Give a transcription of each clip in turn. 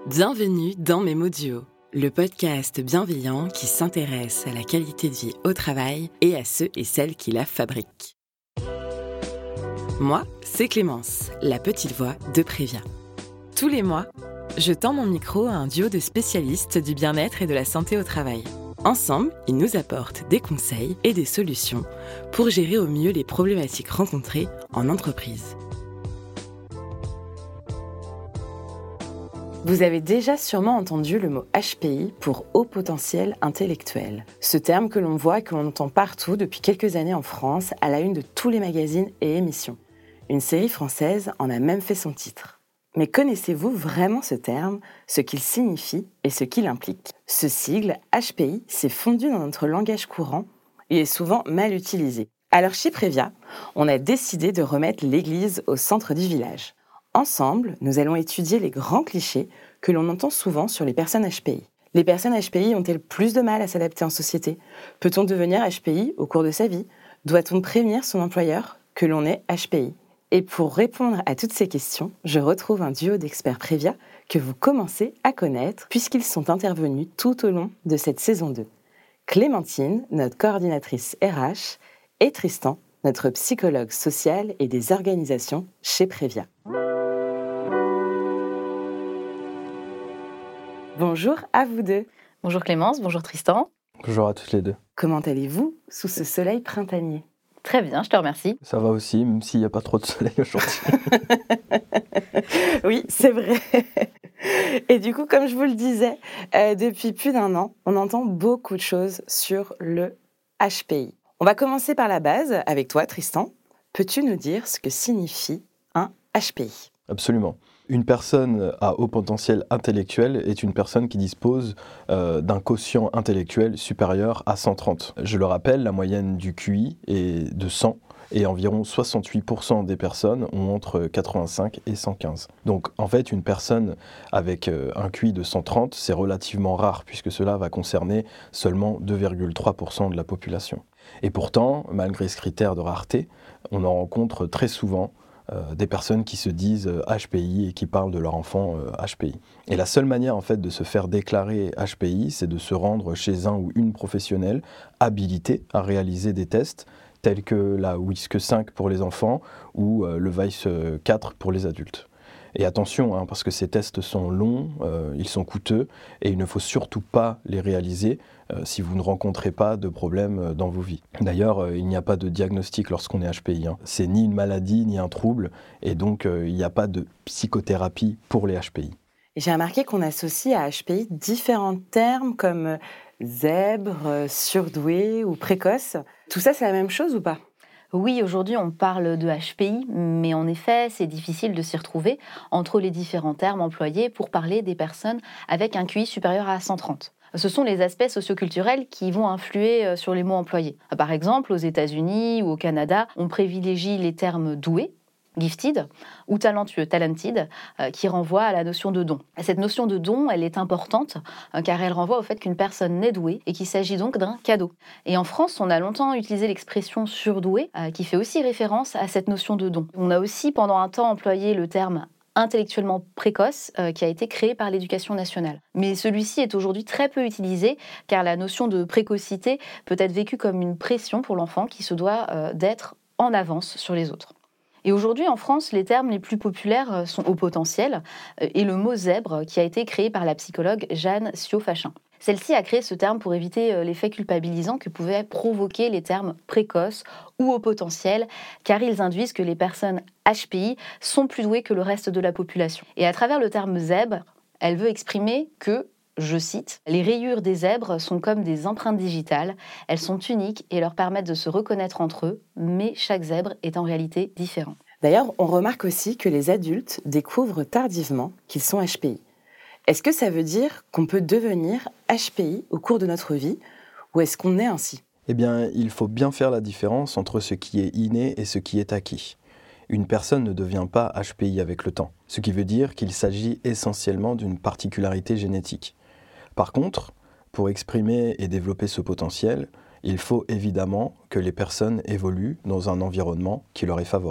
Bienvenue dans Mémo Duo, le podcast bienveillant qui s'intéresse à la qualité de vie au travail et à ceux et celles qui la fabriquent. Moi, c'est Clémence, la petite voix de Prévia. Tous les mois, je tends mon micro à un duo de spécialistes du bien-être et de la santé au travail. Ensemble, ils nous apportent des conseils et des solutions pour gérer au mieux les problématiques rencontrées en entreprise. Vous avez déjà sûrement entendu le mot HPI pour haut potentiel intellectuel. Ce terme que l'on voit et que l'on entend partout depuis quelques années en France, à la une de tous les magazines et émissions. Une série française en a même fait son titre. Mais connaissez-vous vraiment ce terme, ce qu'il signifie et ce qu'il implique ? Ce sigle, HPI, s'est fondu dans notre langage courant et est souvent mal utilisé. Alors chez Prévia, on a décidé de remettre l'église au centre du village. Ensemble, nous allons étudier les grands clichés que l'on entend souvent sur les personnes HPI. Les personnes HPI ont-elles plus de mal à s'adapter en société ? Peut-on devenir HPI au cours de sa vie ? Doit-on prévenir son employeur que l'on est HPI ? Et pour répondre à toutes ces questions, je retrouve un duo d'experts Prévia que vous commencez à connaître puisqu'ils sont intervenus tout au long de cette saison 2. Clémentine, notre coordinatrice RH, et Tristan, notre psychologue social et des organisations chez Prévia. Bonjour à vous deux. Bonjour Clémence, bonjour Tristan. Bonjour à toutes les deux. Comment allez-vous sous ce soleil printanier ? Très bien, je te remercie. Ça va aussi, même s'il n'y a pas trop de soleil aujourd'hui. Oui, c'est vrai. Et du coup, comme je vous le disais, depuis plus d'un an, on entend beaucoup de choses sur le HPI. On va commencer par la base avec toi, Tristan. Peux-tu nous dire ce que signifie un HPI ? Absolument. Une personne à haut potentiel intellectuel est une personne qui dispose d'un quotient intellectuel supérieur à 130. Je le rappelle, la moyenne du QI est de 100 et environ 68% des personnes ont entre 85 et 115. Donc en fait, une personne avec un QI de 130, c'est relativement rare puisque cela va concerner seulement 2,3% de la population. Et pourtant, malgré ce critère de rareté, on en rencontre très souvent des personnes qui se disent HPI et qui parlent de leur enfant HPI. Et la seule manière en fait de se faire déclarer HPI, c'est de se rendre chez un ou une professionnelle habilitée à réaliser des tests tels que la WISC 5 pour les enfants ou le VICE 4 pour les adultes. Et attention, parce que ces tests sont longs, ils sont coûteux et il ne faut surtout pas les réaliser si vous ne rencontrez pas de problème dans vos vies. D'ailleurs, il n'y a pas de diagnostic lorsqu'on est HPI. C'est ni une maladie ni un trouble et donc il n'y a pas de psychothérapie pour les HPI. J'ai remarqué qu'on associe à HPI différents termes comme zèbre, surdoué ou précoce. Tout ça, c'est la même chose ou pas ? Oui, aujourd'hui on parle de HPI, mais en effet c'est difficile de s'y retrouver entre les différents termes employés pour parler des personnes avec un QI supérieur à 130. Ce sont les aspects socioculturels qui vont influer sur les mots employés. Par exemple, aux États-Unis ou au Canada, on privilégie les termes doué, gifted, ou talentueux, talented, qui renvoie à la notion de don. Cette notion de don, elle est importante car elle renvoie au fait qu'une personne naît douée et qu'il s'agit donc d'un cadeau. Et en France, on a longtemps utilisé l'expression surdoué qui fait aussi référence à cette notion de don. On a aussi pendant un temps employé le terme intellectuellement précoce qui a été créé par l'Éducation nationale. Mais celui-ci est aujourd'hui très peu utilisé car la notion de précocité peut être vécue comme une pression pour l'enfant qui se doit d'être en avance sur les autres. Et aujourd'hui, en France, les termes les plus populaires sont haut potentiel et le mot zèbre qui a été créé par la psychologue Jeanne Siot-Fachin. Celle-ci a créé ce terme pour éviter l'effet culpabilisant que pouvaient provoquer les termes précoces ou haut potentiel, car ils induisent que les personnes HPI sont plus douées que le reste de la population. Et à travers le terme zèbre, elle veut exprimer que, je cite, « Les rayures des zèbres sont comme des empreintes digitales, elles sont uniques et leur permettent de se reconnaître entre eux, mais chaque zèbre est en réalité différent. » D'ailleurs, on remarque aussi que les adultes découvrent tardivement qu'ils sont HPI. Est-ce que ça veut dire qu'on peut devenir HPI au cours de notre vie ou est-ce qu'on est ainsi ? Eh bien, il faut bien faire la différence entre ce qui est inné et ce qui est acquis. Une personne ne devient pas HPI avec le temps, ce qui veut dire qu'il s'agit essentiellement d'une particularité génétique. Par contre, pour exprimer et développer ce potentiel, il faut évidemment que les personnes évoluent dans un environnement qui leur est favorable.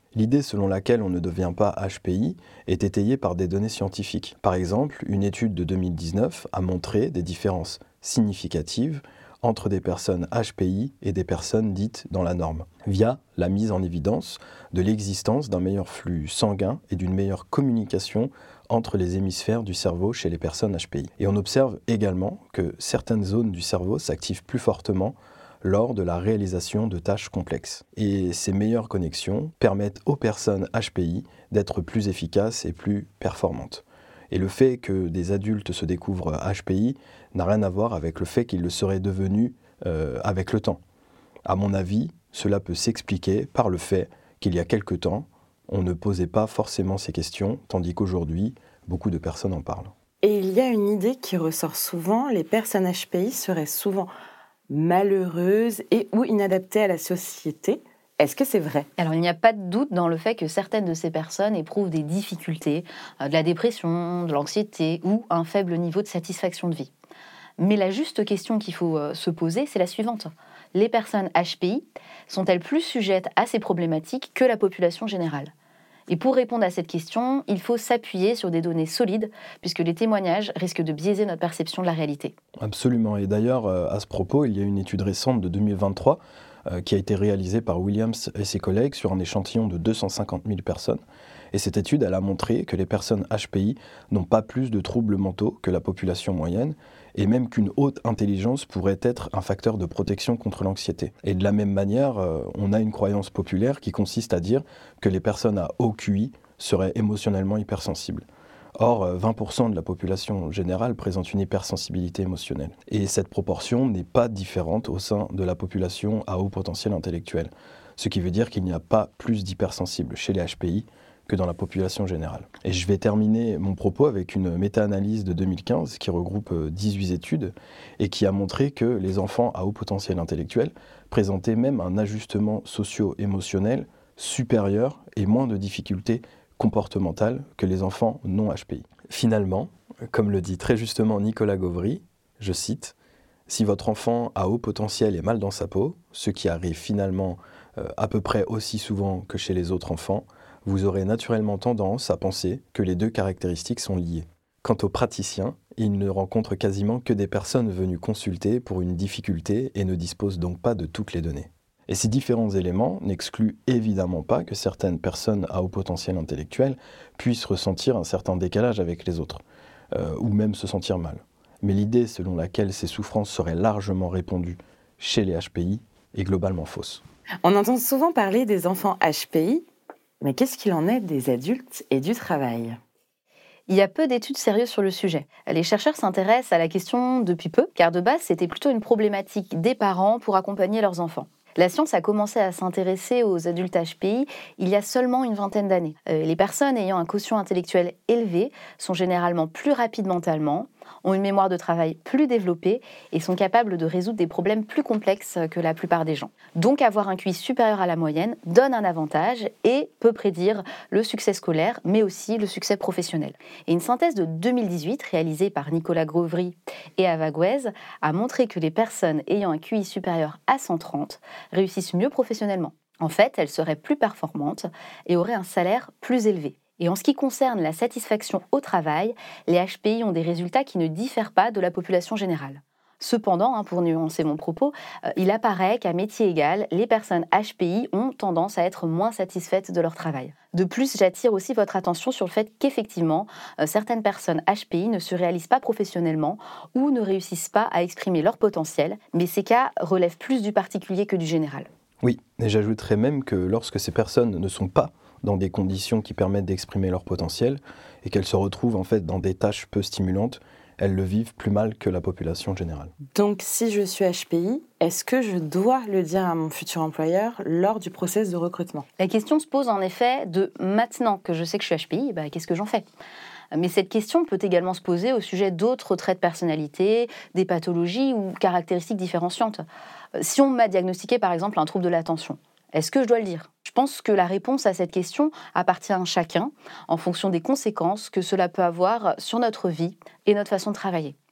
L'idée selon laquelle on ne devient pas HPI est étayée par des données scientifiques. Par exemple, une étude de 2019 a montré des différences significatives entre des personnes HPI et des personnes dites dans la norme, via la mise en évidence de l'existence d'un meilleur flux sanguin et d'une meilleure communication entre les hémisphères du cerveau chez les personnes HPI. Et on observe également que certaines zones du cerveau s'activent plus fortement lors de la réalisation de tâches complexes. Et ces meilleures connexions permettent aux personnes HPI d'être plus efficaces et plus performantes. Et le fait que des adultes se découvrent HPI n'a rien à voir avec le fait qu'ils le seraient devenus avec le temps. À mon avis, cela peut s'expliquer par le fait qu'il y a quelque temps, on ne posait pas forcément ces questions, tandis qu'aujourd'hui, beaucoup de personnes en parlent. Et il y a une idée qui ressort souvent, les personnes HPI seraient souvent malheureuses et ou inadaptées à la société. Est-ce que c'est vrai ? Alors, il n'y a pas de doute dans le fait que certaines de ces personnes éprouvent des difficultés, de la dépression, de l'anxiété ou un faible niveau de satisfaction de vie. Mais la juste question qu'il faut se poser, c'est la suivante. Les personnes HPI sont-elles plus sujettes à ces problématiques que la population générale ? Et pour répondre à cette question, il faut s'appuyer sur des données solides, puisque les témoignages risquent de biaiser notre perception de la réalité. Absolument. Et d'ailleurs, à ce propos, il y a une étude récente de 2023 qui a été réalisée par Williams et ses collègues sur un échantillon de 250 000 personnes. Et cette étude, elle a montré que les personnes HPI n'ont pas plus de troubles mentaux que la population moyenne, et même qu'une haute intelligence pourrait être un facteur de protection contre l'anxiété. Et de la même manière, on a une croyance populaire qui consiste à dire que les personnes à haut QI seraient émotionnellement hypersensibles. Or, 20% de la population générale présente une hypersensibilité émotionnelle. Et cette proportion n'est pas différente au sein de la population à haut potentiel intellectuel. Ce qui veut dire qu'il n'y a pas plus d'hypersensibles chez les HPI que dans la population générale. Et je vais terminer mon propos avec une méta-analyse de 2015 qui regroupe 18 études et qui a montré que les enfants à haut potentiel intellectuel présentaient même un ajustement socio-émotionnel supérieur et moins de difficultés comportementales que les enfants non HPI. Finalement, comme le dit très justement Nicolas Gauvry, je cite, « Si votre enfant à haut potentiel est mal dans sa peau, ce qui arrive finalement à peu près aussi souvent que chez les autres enfants, vous aurez naturellement tendance à penser que les deux caractéristiques sont liées. Quant aux praticiens, ils ne rencontrent quasiment que des personnes venues consulter pour une difficulté et ne disposent donc pas de toutes les données. Et ces différents éléments n'excluent évidemment pas que certaines personnes à haut potentiel intellectuel puissent ressentir un certain décalage avec les autres, ou même se sentir mal. Mais l'idée selon laquelle ces souffrances seraient largement répandues chez les HPI est globalement fausse. On entend souvent parler des enfants HPI, mais qu'est-ce qu'il en est des adultes et du travail ? Il y a peu d'études sérieuses sur le sujet. Les chercheurs s'intéressent à la question depuis peu, car de base, c'était plutôt une problématique des parents pour accompagner leurs enfants. La science a commencé à s'intéresser aux adultes HPI il y a seulement une vingtaine d'années. Les personnes ayant un quotient intellectuel élevé sont généralement plus rapides mentalement, ont une mémoire de travail plus développée et sont capables de résoudre des problèmes plus complexes que la plupart des gens. Donc avoir un QI supérieur à la moyenne donne un avantage et peut prédire le succès scolaire, mais aussi le succès professionnel. Et une synthèse de 2018 réalisée par Nicolas Gauvry et Ava Guez a montré que les personnes ayant un QI supérieur à 130 réussissent mieux professionnellement. En fait, elles seraient plus performantes et auraient un salaire plus élevé. Et en ce qui concerne la satisfaction au travail, les HPI ont des résultats qui ne diffèrent pas de la population générale. Cependant, pour nuancer mon propos, il apparaît qu'à métier égal, les personnes HPI ont tendance à être moins satisfaites de leur travail. De plus, j'attire aussi votre attention sur le fait qu'effectivement, certaines personnes HPI ne se réalisent pas professionnellement ou ne réussissent pas à exprimer leur potentiel, mais ces cas relèvent plus du particulier que du général. Oui, et j'ajouterais même que lorsque ces personnes ne sont pas dans des conditions qui permettent d'exprimer leur potentiel et qu'elles se retrouvent en fait dans des tâches peu stimulantes, elles le vivent plus mal que la population générale. Donc si je suis HPI, est-ce que je dois le dire à mon futur employeur lors du process de recrutement ? La question se pose en effet de maintenant que je sais que je suis HPI, qu'est-ce que j'en fais ? Mais cette question peut également se poser au sujet d'autres traits de personnalité, des pathologies ou caractéristiques différenciantes. Si on m'a diagnostiqué par exemple un trouble de l'attention, est-ce que je dois le dire ? Je pense que la réponse à cette question appartient à chacun en fonction des conséquences que cela peut avoir sur notre vie et notre façon de travailler.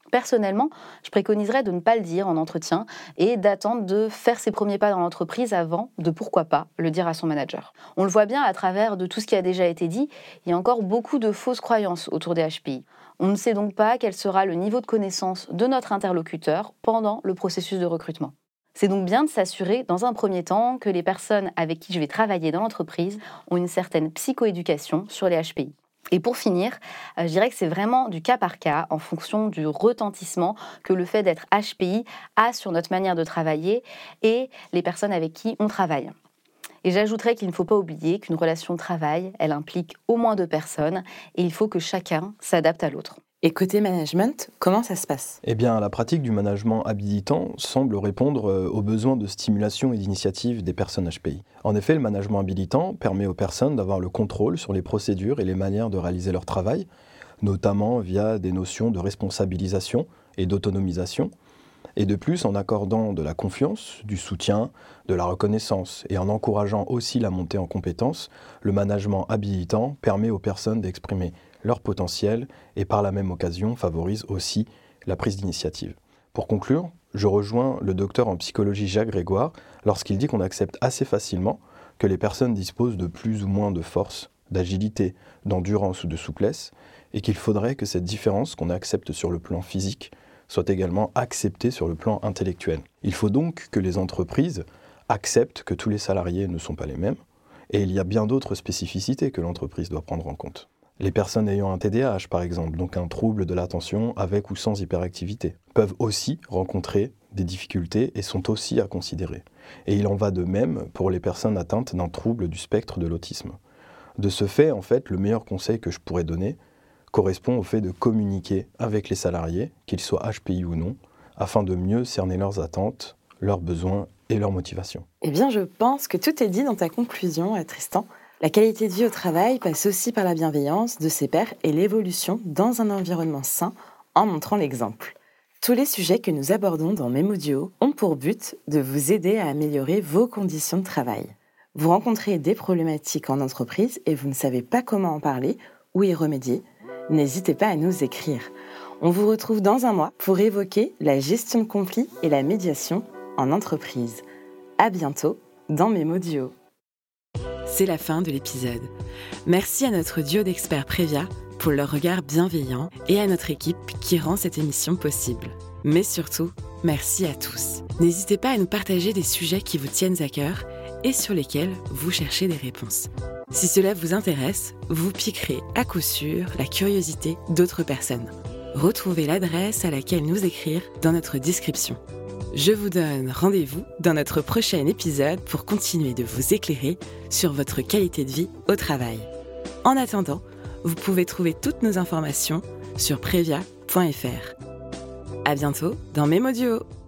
Personnellement, je préconiserais de ne pas le dire en entretien et d'attendre de faire ses premiers pas dans l'entreprise avant de, pourquoi pas, le dire à son manager. On le voit bien à travers de tout ce qui a déjà été dit, il y a encore beaucoup de fausses croyances autour des HPI. On ne sait donc pas quel sera le niveau de connaissance de notre interlocuteur pendant le processus de recrutement. C'est donc bien de s'assurer, dans un premier temps, que les personnes avec qui je vais travailler dans l'entreprise ont une certaine psychoéducation sur les HPI. Et pour finir, je dirais que c'est vraiment du cas par cas, en fonction du retentissement que le fait d'être HPI a sur notre manière de travailler et les personnes avec qui on travaille. Et j'ajouterais qu'il ne faut pas oublier qu'une relation de travail, elle implique au moins 2 personnes et il faut que chacun s'adapte à l'autre. Et côté management, comment ça se passe ? Eh bien, la pratique du management habilitant semble répondre aux besoins de stimulation et d'initiative des personnes HPI. En effet, le management habilitant permet aux personnes d'avoir le contrôle sur les procédures et les manières de réaliser leur travail, notamment via des notions de responsabilisation et d'autonomisation, et de plus en accordant de la confiance, du soutien, de la reconnaissance et en encourageant aussi la montée en compétences, le management habilitant permet aux personnes d'exprimer leur potentiel et par la même occasion favorise aussi la prise d'initiative. Pour conclure, je rejoins le docteur en psychologie Jacques Grégoire lorsqu'il dit qu'on accepte assez facilement que les personnes disposent de plus ou moins de force, d'agilité, d'endurance ou de souplesse et qu'il faudrait que cette différence qu'on accepte sur le plan physique soit également acceptée sur le plan intellectuel. Il faut donc que les entreprises acceptent que tous les salariés ne sont pas les mêmes et il y a bien d'autres spécificités que l'entreprise doit prendre en compte. Les personnes ayant un TDAH, par exemple, donc un trouble de l'attention avec ou sans hyperactivité, peuvent aussi rencontrer des difficultés et sont aussi à considérer. Et il en va de même pour les personnes atteintes d'un trouble du spectre de l'autisme. De ce fait, en fait, le meilleur conseil que je pourrais donner correspond au fait de communiquer avec les salariés, qu'ils soient HPI ou non, afin de mieux cerner leurs attentes, leurs besoins et leurs motivations. Eh bien, je pense que tout est dit dans ta conclusion, Tristan. La qualité de vie au travail passe aussi par la bienveillance de ses pairs et l'évolution dans un environnement sain en montrant l'exemple. Tous les sujets que nous abordons dans Memoduo ont pour but de vous aider à améliorer vos conditions de travail. Vous rencontrez des problématiques en entreprise et vous ne savez pas comment en parler ou y remédier, n'hésitez pas à nous écrire. On vous retrouve dans un mois pour évoquer la gestion de conflits et la médiation en entreprise. À bientôt dans Memoduo. C'est la fin de l'épisode. Merci à notre duo d'experts Prévia pour leur regard bienveillant et à notre équipe qui rend cette émission possible. Mais surtout, merci à tous. N'hésitez pas à nous partager des sujets qui vous tiennent à cœur et sur lesquels vous cherchez des réponses. Si cela vous intéresse, vous piquerez à coup sûr la curiosité d'autres personnes. Retrouvez l'adresse à laquelle nous écrire dans notre description. Je vous donne rendez-vous dans notre prochain épisode pour continuer de vous éclairer sur votre qualité de vie au travail. En attendant, vous pouvez trouver toutes nos informations sur previa.fr. À bientôt dans Memoduo.